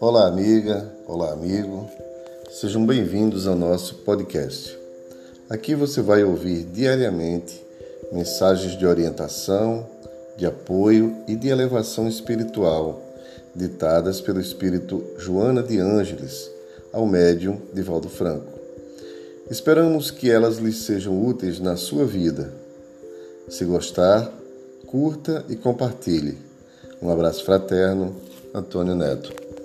Olá, amiga, olá, amigo. Sejam bem-vindos ao nosso podcast. Aqui você vai ouvir diariamente mensagens de orientação, de apoio e de elevação espiritual, ditadas pelo espírito Joana de Ângeles, ao médium Divaldo Franco. Esperamos que elas lhes sejam úteis na sua vida. Se gostar, curta e compartilhe. Um abraço fraterno, Antônio Neto.